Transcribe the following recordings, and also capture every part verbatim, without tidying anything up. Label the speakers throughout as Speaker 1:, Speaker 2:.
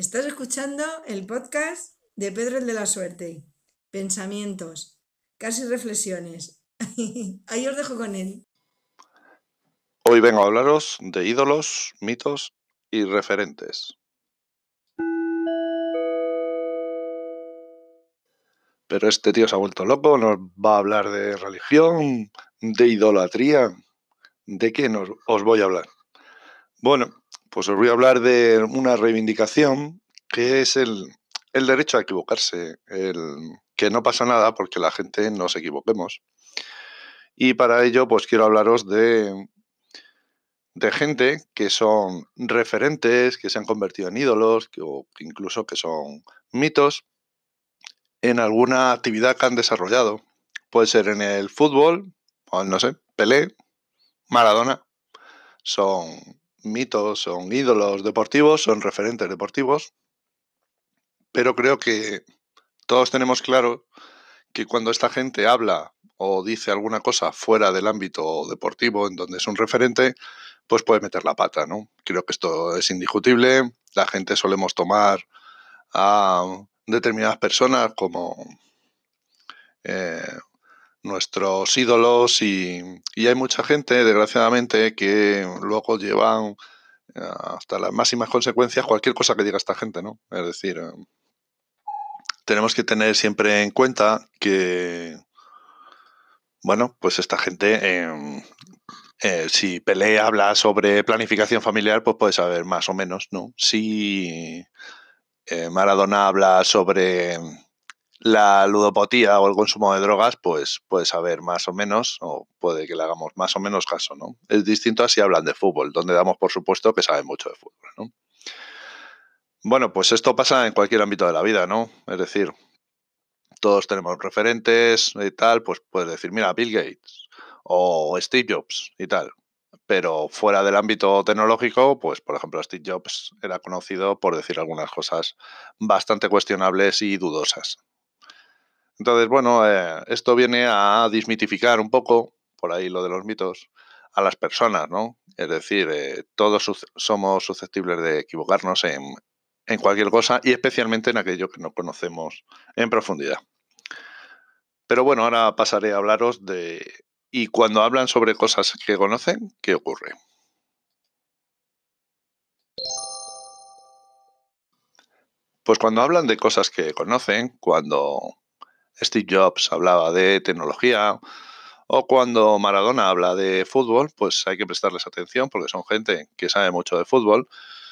Speaker 1: Estás escuchando el podcast de Pedro el de la Suerte. Pensamientos, casi reflexiones. Ahí os dejo con él.
Speaker 2: Hoy vengo a hablaros de ídolos, mitos y referentes. Pero este tío se ha vuelto loco, nos va a hablar de religión, de idolatría. ¿De qué nos, os voy a hablar? Bueno, pues os voy a hablar de una reivindicación que es el, el derecho a equivocarse, el que no pasa nada porque la gente nos equivoquemos. Y para ello, pues quiero hablaros de, de gente que son referentes, que se han convertido en ídolos, que, o incluso que son mitos en alguna actividad que han desarrollado. Puede ser en el fútbol, o no sé, Pelé, Maradona. Son mitos, son ídolos deportivos, son referentes deportivos. Pero creo que todos tenemos claro que cuando esta gente habla o dice alguna cosa fuera del ámbito deportivo en donde es un referente, pues puede meter la pata, ¿no? Creo que esto es indiscutible. La gente solemos tomar a determinadas personas como eh, nuestros ídolos y, y hay mucha gente, desgraciadamente, que luego llevan eh, hasta las máximas consecuencias cualquier cosa que diga esta gente, ¿no? Es decir, eh, tenemos que tener siempre en cuenta que, bueno, pues esta gente, eh, eh, si Pelé habla sobre planificación familiar, pues puede saber más o menos, ¿no? Si eh, Maradona habla sobre la ludopatía o el consumo de drogas, pues puede saber más o menos, o puede que le hagamos más o menos caso, ¿no? Es distinto a si hablan de fútbol, donde damos por supuesto que saben mucho de fútbol, ¿no? Bueno, pues esto pasa en cualquier ámbito de la vida, ¿no? Es decir, todos tenemos referentes y tal, pues puedes decir, mira, Bill Gates o Steve Jobs y tal. Pero fuera del ámbito tecnológico, pues por ejemplo Steve Jobs era conocido por decir algunas cosas bastante cuestionables y dudosas. Entonces, bueno, eh, esto viene a desmitificar un poco, por ahí lo de los mitos, a las personas, ¿no? Es decir, eh, todos su- somos susceptibles de equivocarnos en, en cualquier cosa y especialmente en aquello que no conocemos en profundidad. Pero bueno, ahora pasaré a hablaros de... Y cuando hablan sobre cosas que conocen, ¿qué ocurre? Pues cuando hablan de cosas que conocen, cuando Steve Jobs hablaba de tecnología o cuando Maradona habla de fútbol, pues hay que prestarles atención porque son gente que sabe mucho de fútbol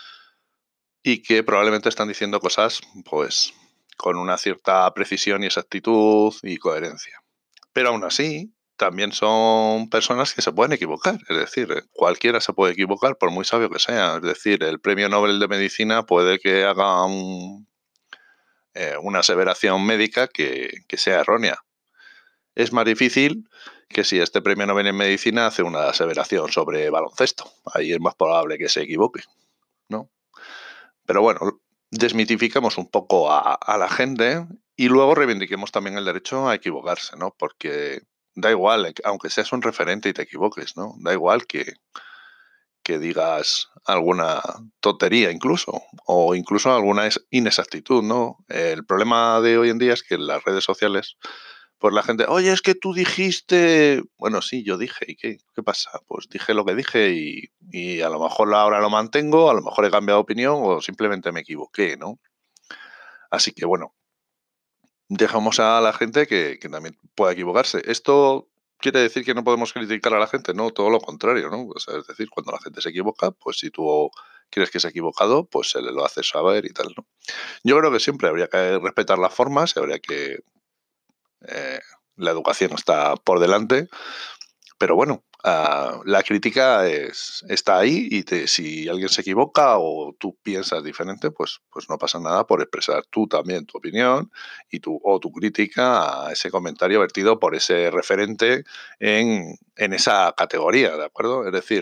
Speaker 2: y que probablemente están diciendo cosas pues con una cierta precisión y exactitud y coherencia. Pero aún así, también son personas que se pueden equivocar. Es decir, cualquiera se puede equivocar por muy sabio que sea. Es decir, el premio Nobel de Medicina puede que haga un, eh, una aseveración médica que, que sea errónea. Es más difícil que si este premio Nobel en Medicina hace una aseveración sobre baloncesto. Ahí es más probable que se equivoque, ¿no? Pero bueno, desmitificamos un poco a, a la gente y luego reivindiquemos también el derecho a equivocarse, ¿no? Porque da igual, aunque seas un referente y te equivoques, ¿no? Da igual que, que digas alguna tontería incluso, o incluso alguna inexactitud, ¿no? El problema de hoy en día es que en las redes sociales, pues la gente, oye, es que tú dijiste, bueno, sí, yo dije, ¿y qué, qué pasa? Pues dije lo que dije y, y a lo mejor ahora lo mantengo, a lo mejor he cambiado de opinión o simplemente me equivoqué, ¿no? Así que bueno, dejamos a la gente que, que también pueda equivocarse. Esto quiere decir que no podemos criticar a la gente, no, todo lo contrario, ¿no? O sea, es decir, cuando la gente se equivoca, pues si tú crees que se ha equivocado, pues se le lo haces saber y tal, ¿no? Yo creo que siempre habría que respetar las formas, habría que... Eh, la educación está por delante, pero bueno, uh, la crítica es, está ahí y te, si alguien se equivoca o tú piensas diferente, pues, pues no pasa nada por expresar tú también tu opinión y tu, o tu crítica a ese comentario vertido por ese referente en, en esa categoría, ¿de acuerdo? Es decir,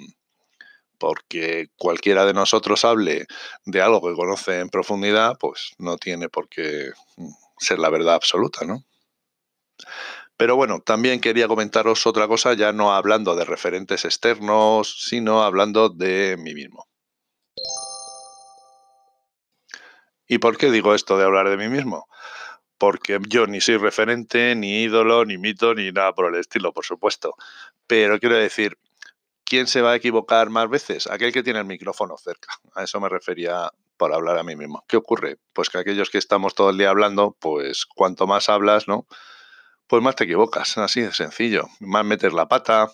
Speaker 2: porque cualquiera de nosotros hable de algo que conoce en profundidad, pues no tiene por qué ser la verdad absoluta, ¿no? Pero bueno, también quería comentaros otra cosa, ya no hablando de referentes externos, sino hablando de mí mismo. ¿Y por qué digo esto de hablar de mí mismo? Porque yo ni soy referente, ni ídolo, ni mito, ni nada por el estilo, por supuesto. Pero quiero decir, ¿quién se va a equivocar más veces? Aquel que tiene el micrófono cerca. A eso me refería por hablar a mí mismo. ¿Qué ocurre? Pues que aquellos que estamos todo el día hablando, pues cuanto más hablas, ¿no? Pues más te equivocas, así de sencillo. Más metes la pata,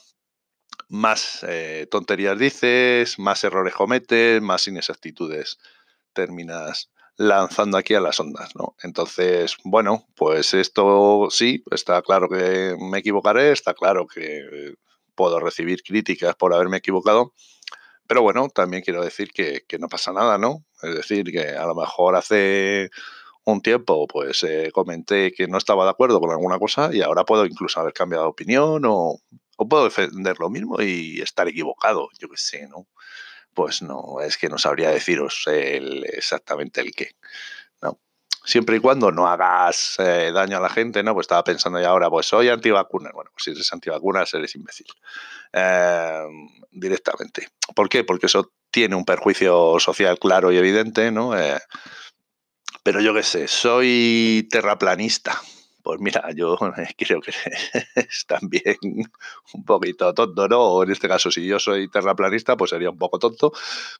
Speaker 2: más eh, tonterías dices, más errores cometes, más inexactitudes terminas lanzando aquí a las ondas, ¿no? Entonces, bueno, pues esto sí, está claro que me equivocaré, está claro que puedo recibir críticas por haberme equivocado, pero bueno, también quiero decir que, que no pasa nada, ¿no? Es decir, que a lo mejor hace un tiempo pues eh, comenté que no estaba de acuerdo con alguna cosa y ahora puedo incluso haber cambiado de opinión o, o puedo defender lo mismo y estar equivocado, yo qué sé, ¿no? Pues no, es que no sabría deciros el, exactamente el qué, ¿no? Siempre y cuando no hagas eh, daño a la gente, ¿no? Pues estaba pensando ya ahora, pues soy antivacunas. Bueno, pues si eres antivacunas eres imbécil. Eh, directamente. ¿Por qué? Porque eso tiene un perjuicio social claro y evidente, ¿no? Eh, pero yo qué sé, soy terraplanista. Pues mira, yo creo que es también un poquito tonto, ¿no? O en este caso, si yo soy terraplanista, pues sería un poco tonto,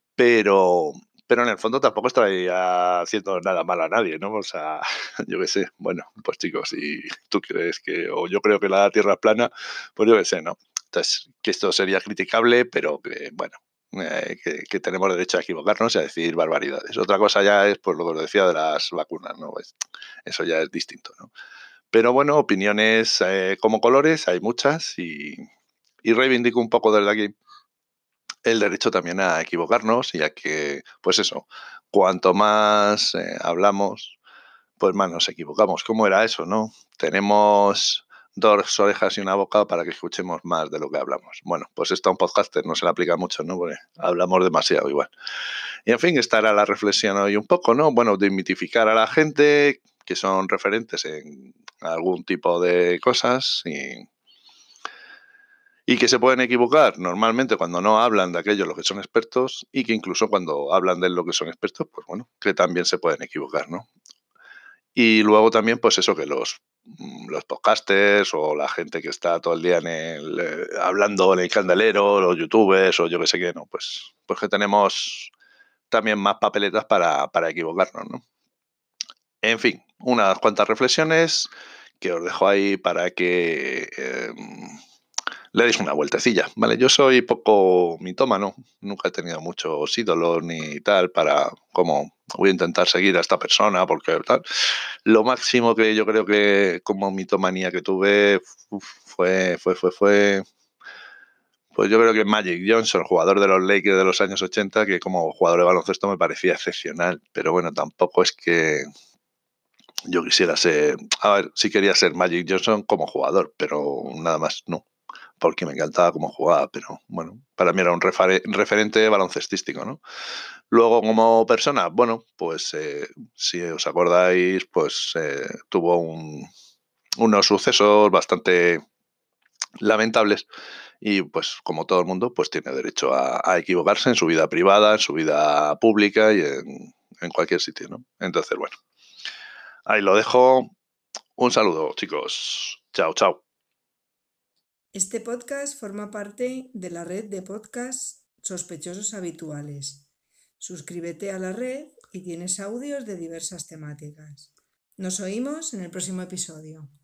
Speaker 2: pero, pero en el fondo tampoco estaría haciendo nada mal a nadie, ¿no? O sea, yo qué sé, bueno, pues chicos, si tú crees que, o yo creo que la Tierra es plana, pues yo qué sé, ¿no? Entonces, que esto sería criticable, pero que, bueno, eh, que, que tenemos derecho a equivocarnos y a decir barbaridades. Otra cosa ya es, pues lo que os decía de las vacunas, ¿no? Pues, eso ya es distinto, ¿no? Pero bueno, opiniones eh, como colores hay muchas y, y reivindico un poco desde aquí el derecho también a equivocarnos y a que, pues eso, cuanto más eh, hablamos, pues más nos equivocamos. ¿Cómo era eso, no? Tenemos dos orejas y una boca para que escuchemos más de lo que hablamos. Bueno, pues esto a un podcaster no se le aplica mucho, ¿no? Porque hablamos demasiado igual. Y en fin, esta era la reflexión hoy un poco, ¿no? Bueno, de mitificar a la gente que son referentes en algún tipo de cosas y y que se pueden equivocar normalmente cuando no hablan de aquello en lo que son expertos y que incluso cuando hablan de lo que son expertos, pues bueno, que también se pueden equivocar, ¿no? Y luego también, pues eso, que los, mm, los podcasters o la gente que está todo el día en el, eh, hablando en el candelero, los youtubers o yo que sé qué, ¿no? Pues, pues que tenemos también más papeletas para, para equivocarnos, ¿no? En fin, unas cuantas reflexiones que os dejo ahí para que eh, le deis una vueltecilla, ¿vale? Yo soy poco mitómano, nunca he tenido muchos ídolos ni tal para como voy a intentar seguir a esta persona porque tal. Lo máximo que yo creo que como mitomanía que tuve uf, fue, fue, fue, fue, pues yo creo que Magic Johnson, jugador de los Lakers de los años ochenta, que como jugador de baloncesto me parecía excepcional, pero bueno, tampoco es que yo quisiera ser, a ver, sí quería ser Magic Johnson como jugador, pero nada más, no, porque me encantaba cómo jugaba, pero bueno, para mí era un refere- referente baloncestístico, ¿no? Luego, como persona, bueno, pues eh, si os acordáis, pues eh, tuvo un- unos sucesos bastante lamentables y pues como todo el mundo, pues tiene derecho a, a equivocarse en su vida privada, en su vida pública y en, en cualquier sitio, ¿no? Entonces, bueno, ahí lo dejo. Un saludo, chicos. Chao, chao.
Speaker 1: Este podcast forma parte de la red de podcasts sospechosos habituales. Suscríbete a la red y tienes audios de diversas temáticas. Nos oímos en el próximo episodio.